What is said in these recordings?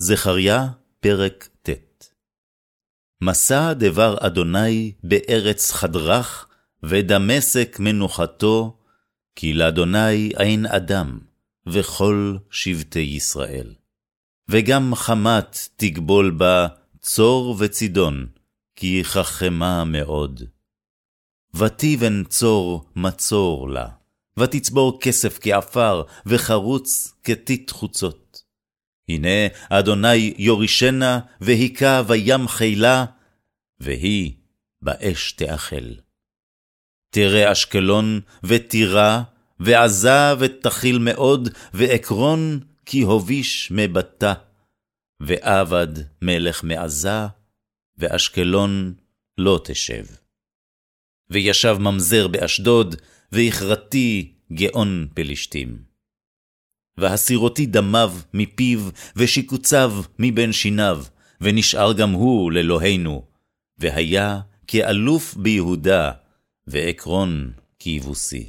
זכריה, פרק ט'. מסע דבר אדוני בארץ חדרך, ודמשק מנוחתו, כי לאדוני אין אדם, וכל שבטי ישראל. וגם חמת תגבול בה צור וצידון, כי חכמה מאוד. ותיבן צור מצור לה, ותצבור כסף כעפר, וחרוץ כתית חוצות. הנה אדוני יורישנה, והיכה בים חילה, והיא באש תאכל. תראה אשקלון ותירה, ועזה ותחיל מאוד, ועקרון כי הוביש מבטה, ועבד מלך מעזה, ואשקלון לא תשב. וישב ממזר באשדוד, והכרתי גאון פלישתים. והסירותי דמיו מפיו, ושיקוציו מבין שיניו, ונשאר גם הוא לאלוהינו, והיה כאלוף ביהודה, ועקרון כיבוסי.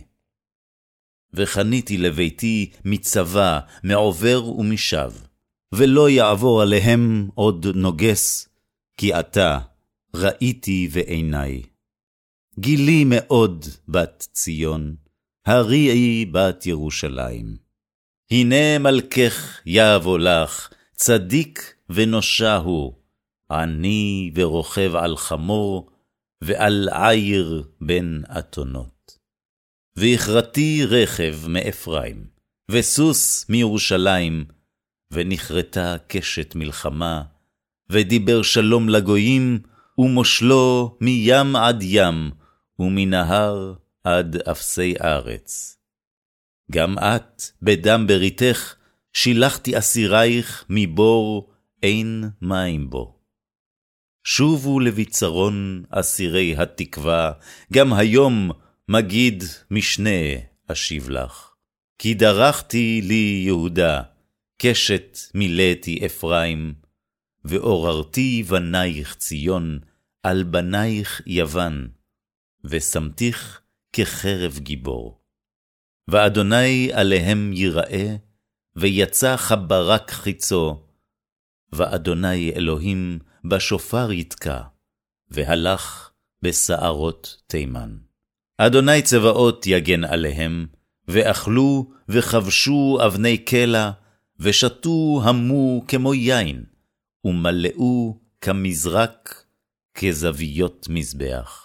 וחניתי לביתי מצבא, מעובר ומשב, ולא יעבור עליהם עוד נוגס, כי אתה ראיתי ועיני. גילי מאוד בת ציון, הריעי בת ירושלים. הנה מלכך יבוא לך, צדיק ונושע הוא, עני ורוכב על חמור, ועל עיר בין אתונות. והכרתי רכב מאפרים, וסוס מירושלים, ונכרתה קשת מלחמה, ודיבר שלום לגויים, ומושלו מים עד ים, ומנהר עד אפסי ארץ. גם את, בדם בריתך, שילחתי אסירייך מבור, אין מים בו. שובו לביצרון אסירי התקווה, גם היום מגיד משנה אשיב לך. כי דרכתי לי יהודה, קשת מילאתי אפרים, ועוררתי בנייך ציון, על בנייך יוון, ושמתיך כחרב גיבור. ואדוני עליהם ייראה, ויצא חברק חיצו, ואדוני אלוהים בשופר יתקע, והלך בסערות תימן. אדוני צבאות יגן עליהם, ואכלו וכבשו אבני קלע, ושתו המו כמו יין, ומלאו כמזרק, כזוויות מזבח.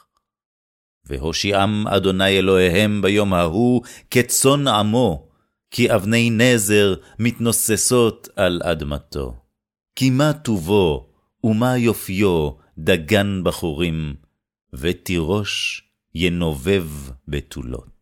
והושיעם אדוני אלוהיהם ביום ההוא כצאן עמו, כי אבני נזר מתנוססות על אדמתו. כי מה טובו ומה יופיו דגן בחורים, ותירוש ינובב בתולות.